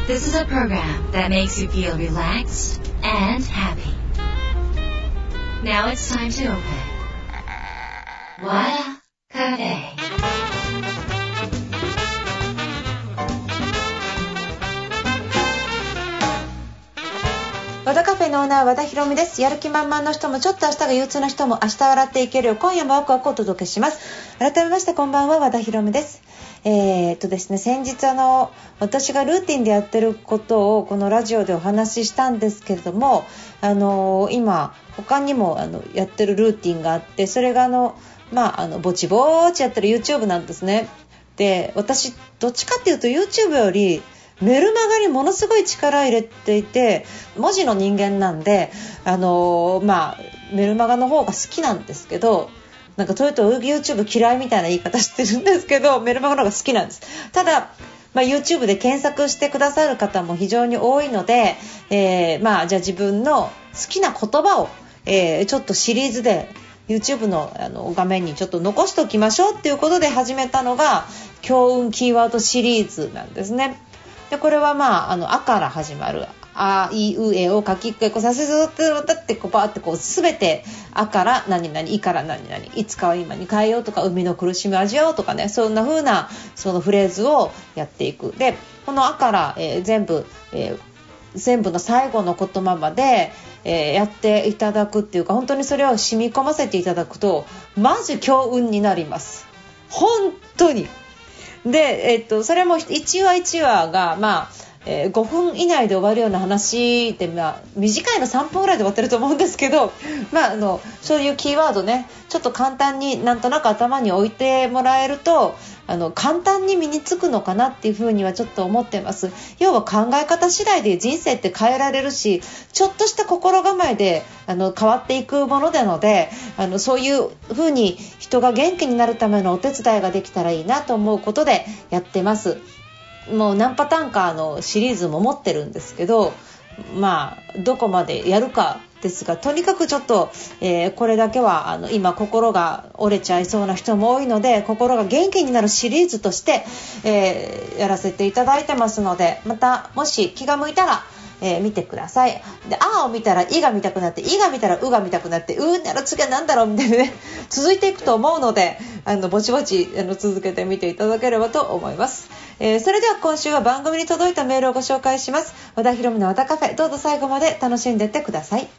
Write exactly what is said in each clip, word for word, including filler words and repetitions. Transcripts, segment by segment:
This is a program that makes you feel relaxed and happy. Now it's time to open Wada Cafe. 和田カフェのオーナー和田博美です。やる気満々の人もちょっと明日が憂鬱な人も明日笑っていけるよう今夜もワクワクお届けします。改めましてこんばんは、和田博美です。えー、っとですね先日あの私がルーティンでやってることをこのラジオでお話ししたんですけれども、あの今他にもあのやってるルーティンがあって、それがあのまああのぼちぼちやってる YouTube なんですね。で私どっちかっていうと YouTube よりメルマガにものすごい力入れていて、文字の人間なんであのまあメルマガの方が好きなんですけど、なんかというと YouTube 嫌いみたいな言い方してるんですけど、メルマガの方が好きなんです。ただ、まあ、YouTube で検索してくださる方も非常に多いので、えー、まあじゃあ自分の好きな言葉を、えー、ちょっとシリーズで YouTube の、あの画面にちょっと残しておきましょうっていうことで始めたのが強運キーワードシリーズなんですね。でこれはまああのあから始まるあいうえを書きっこさせずってこうバーってこうすべてあから何々いから何々いつかは今に変えようとか海の苦しみを味わおうとかね、そんな風なそのフレーズをやっていく。でこのあから、えー、全部、えー、全部の最後の言葉まで、えー、やっていただくっていうか、本当にそれを染み込ませていただくとマジ強運になります。本当に。で、えっと、それもいちわいちわが、まあえー、ごふん以内で終わるような話で、まあ、短いのさんぷんぐらいで終わってると思うんですけど、まあ、あのそういうキーワードねちょっと簡単になんとなく頭に置いてもらえるとあの簡単に身につくのかなっていうふうにはちょっと思ってます。要は考え方次第で人生って変えられるし、ちょっとした心構えであの変わっていくものなので、あのそういうふうに人が元気になるためのお手伝いができたらいいなと思うことでやってます。もう何パターンかのシリーズも持ってるんですけど、まあどこまでやるかですが、とにかくちょっと、えー、これだけはあの今心が折れちゃいそうな人も多いので、心が元気になるシリーズとして、えー、やらせていただいてますので、またもし気が向いたらえー、見てください。で、あを見たらいが見たくなって、いが見たらうが見たくなって、うなら次は何だろうみたいなね続いていくと思うので、あのぼちぼちあの続けてみていただければと思います。えー、それでは今週は番組に届いたメールをご紹介します。和田博美の和田カフェ、どうぞ最後まで楽しんでってください。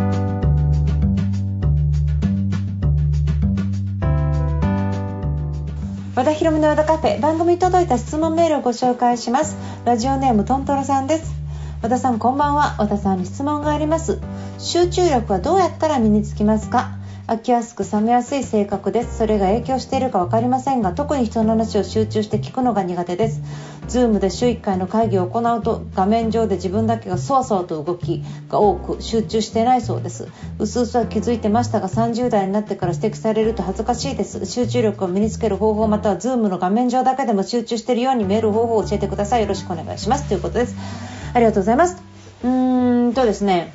和田博美の和田カフェ、番組に届いた質問メールをご紹介します。ラジオネームトントロさんです。和田さんこんばんは。和田さんに質問があります。集中力はどうやったら身につきますか？飽きやすく冷めやすい性格です。それが影響しているか分かりませんが、特に人の話を集中して聞くのが苦手です。Zoom で週いっかいの会議を行うと画面上で自分だけがそわそわと動きが多く集中していないそうです。うすうすは気づいてましたが、さんじゅう代になってから指摘されると恥ずかしいです。集中力を身につける方法、または Zoom の画面上だけでも集中しているように見える方法を教えてください。よろしくお願いします、ということです。ありがとうございます。うーんとですね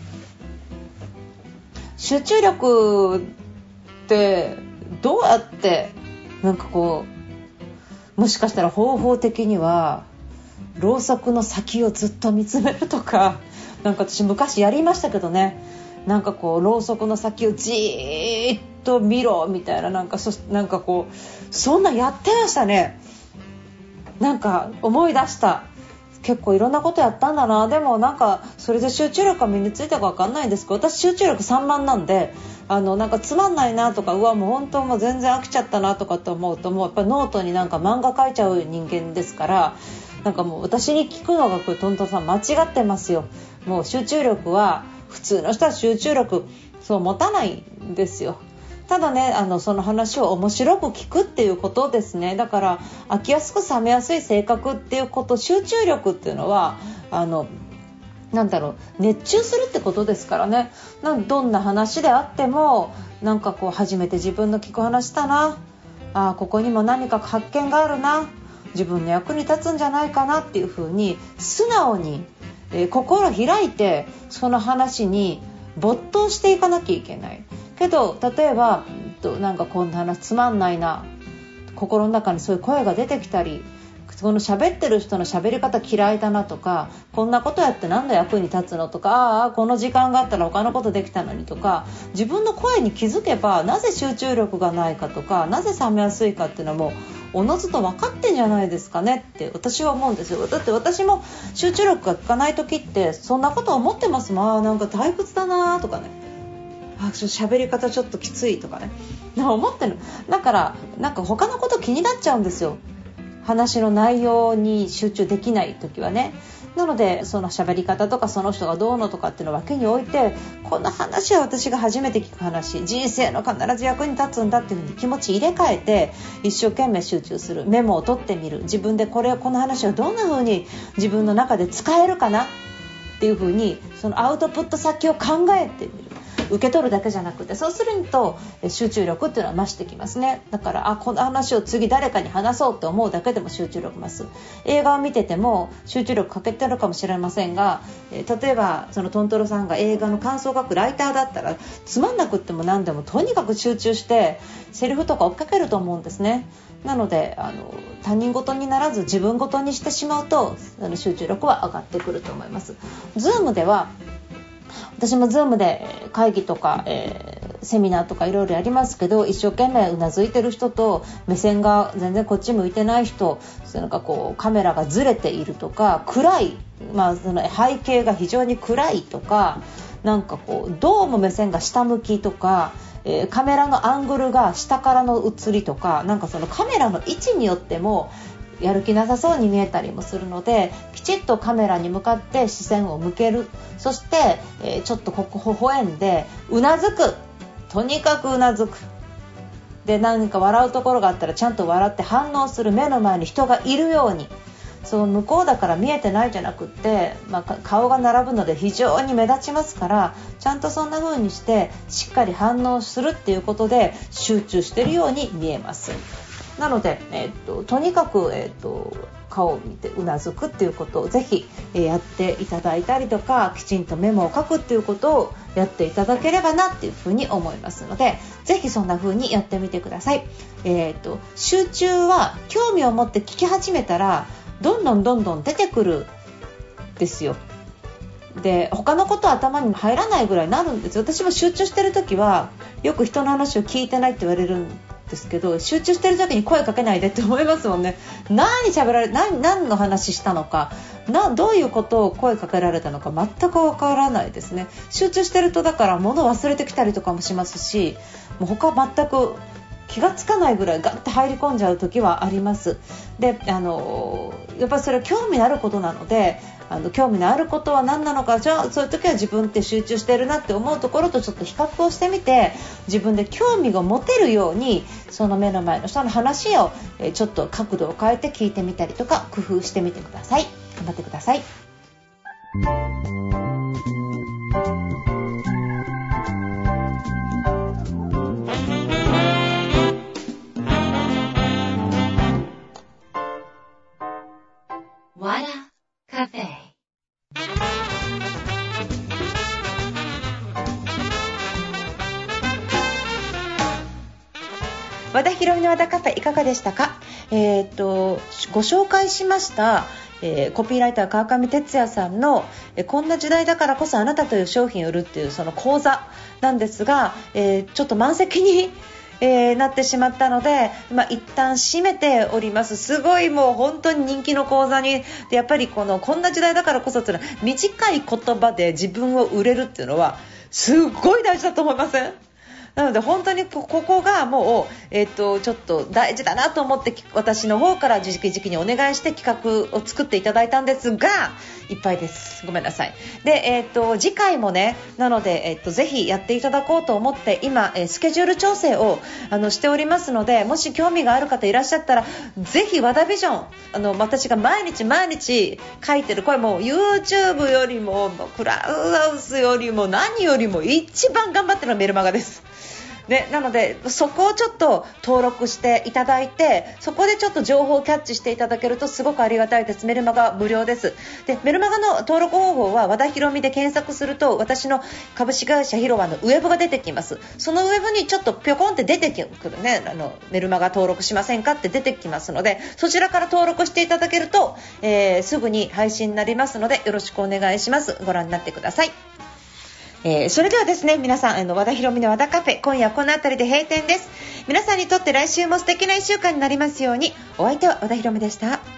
集中力ってどうやってなんかこう、もしかしたら方法的にはろうそくの先をずっと見つめるとか、なんか私昔やりましたけどね、なんかこうろうそくの先をじーっと見ろみたいな、なんかそなんかこうそんなやってましたね。なんか思い出した。結構いろんなことやったんだな。でもなんかそれで集中力が身についたか分かんないんですけど、私集中力散漫なんで、あのなんかつまんないなとか、うわもう本当もう全然飽きちゃったなとかと思うと、もうやっぱりノートになんか漫画描いちゃう人間ですから、なんかもう私に聞くのがこれトントンさん間違ってますよ。もう集中力は普通の人は集中力そう持たないんですよ。ただね、あのその話を面白く聞くっていうことですね。だから飽きやすく冷めやすい性格っていうこと、集中力っていうのはあのなんだろう、熱中するってことですからね。なんどんな話であってもなんかこう初めて自分の聞く話だな、あここにも何か発見があるな、自分の役に立つんじゃないかなっていうふうに素直に、えー、心開いてその話に没頭していかなきゃいけないけど、例えばなんかこんな話つまんないな、心の中にそういう声が出てきたり、 この喋ってる人の喋り方嫌いだなとか、こんなことやって何の役に立つのとか、ああこの時間があったら他のことできたのにとか、自分の声に気づけばなぜ集中力がないかとか、なぜ冷めやすいかっていうのはもうおのずと分かってんじゃないですかねって私は思うんですよ。だって私も集中力が効かない時ってそんなこと思ってますもん。あなんか退屈だなとかね、あ喋り方ちょっときついとかね思ってる。だからなんか他のこと気になっちゃうんですよ。話の内容に集中できない時はね。なのでその喋り方とかその人がどうのとかっていうのを脇に置いて、この話は私が初めて聞く話、人生の必ず役に立つんだっていう風に気持ち入れ替えて一生懸命集中する。メモを取ってみる。自分でこれこの話をどんな風に自分の中で使えるかなっていう風にそのアウトプット先を考えてみる。受け取るだけじゃなくて、そうすると集中力っていうのは増してきますね。だからあこの話を次誰かに話そうって思うだけでも集中力増す。映画を見てても集中力欠けてるかもしれませんが、えー、例えばそのトントロさんが映画の感想を書くライターだったらつまんなくっても何でもとにかく集中してセリフとか追っかけると思うんですね。なのであの他人事にならず自分事にしてしまうとあの集中力は上がってくると思います。ズームでは私もズームで会議とか、えー、セミナーとかいろいろやりますけど、一生懸命うなずいてる人と目線が全然こっち向いてない人、なんかこうカメラがずれているとか暗い、まあ、その背景が非常に暗いとか、なんかこうどうも目線が下向きとか、えー、カメラのアングルが下からの映りとか、なんかそのカメラの位置によってもやる気なさそうに見えたりもするので、きちっとカメラに向かって視線を向ける。そして、えー、ちょっとここ微笑んでうなずく。とにかくうなずく。で何か笑うところがあったらちゃんと笑って反応する。目の前に人がいるように、その向こうだから見えてないじゃなくって、まあ、顔が並ぶので非常に目立ちますから、ちゃんとそんな風にしてしっかり反応するっていうことで集中しているように見えます。なので、えー、ととにかく、えー、と顔を見てうなずくっていうことをぜひ、えー、やっていただいたりとか、きちんとメモを書くっていうことをやっていただければなっていうふうに思いますので、ぜひそんな風にやってみてください。えー、と集中は興味を持って聞き始めたらどんどんどんどん出てくるですよ。で他のことは頭に入らないぐらいになるんですよ。私も集中してるときはよく人の話を聞いてないって言われるんですけど、集中してる時に声かけないでって思いますもんね。何喋られ 何, 何の話したのかな、どういうことを声かけられたのか全くわからないですね。集中してるとだから物を忘れてきたりとかもしますし、もう他全く気がつかないぐらいガッと入り込んじゃう時はあります。であのやっぱりそれは興味のあることなので、あの興味のあることは何なのか、じゃあそういう時は自分って集中してるなって思うところとちょっと比較をしてみて、自分で興味が持てるようにその目の前の人の話をえちょっと角度を変えて聞いてみたりとか工夫してみてください。頑張ってください。 わらカフェ。 和田ひろみの和田カフェいかがでしたか。えー、とご紹介しました、えー、コピーライター川上哲也さんの、えー、こんな時代だからこそあなたという商品を売るっていうその講座なんですが、えー、ちょっと満席にえー、なってしまったので、まあ、一旦閉めております。すごいもう本当に人気の講座にで、やっぱりこのこんな時代だからこそというのは短い言葉で自分を売れるっていうのはすごい大事だと思いません？なので本当にここがもう、えー、とちょっと大事だなと思って私の方から直々にお願いして企画を作っていただいたんですが、いっぱいです。ごめんなさい。で、えー、と次回もね、なので、えー、とぜひやっていただこうと思って今、えー、スケジュール調整をあのしておりますので、もし興味がある方いらっしゃったらぜひ和田ビジョン、あの私が毎日毎日書いてる、これもう YouTube よりもクラウドハウスよりも何よりも一番頑張ってるのはメルマガです。 ね、なのでそこをちょっと登録していただいて、そこでちょっと情報をキャッチしていただけるとすごくありがたいです。メルマガ無料です。でメルマガの登録方法は和田ひろみで検索すると私の株式会社広場のウェブが出てきます。そのウェブにちょっとぴょこんって出てくるね、あのメルマガ登録しませんかって出てきますので、そちらから登録していただけると、えー、すぐに配信になりますのでよろしくお願いします。ご覧になってください。えー、それではですね、皆さん、あの和田ひろみの和田カフェ、今夜この辺りで閉店です。皆さんにとって来週も素敵ないっしゅうかんになりますように。お相手は和田ひろみでした。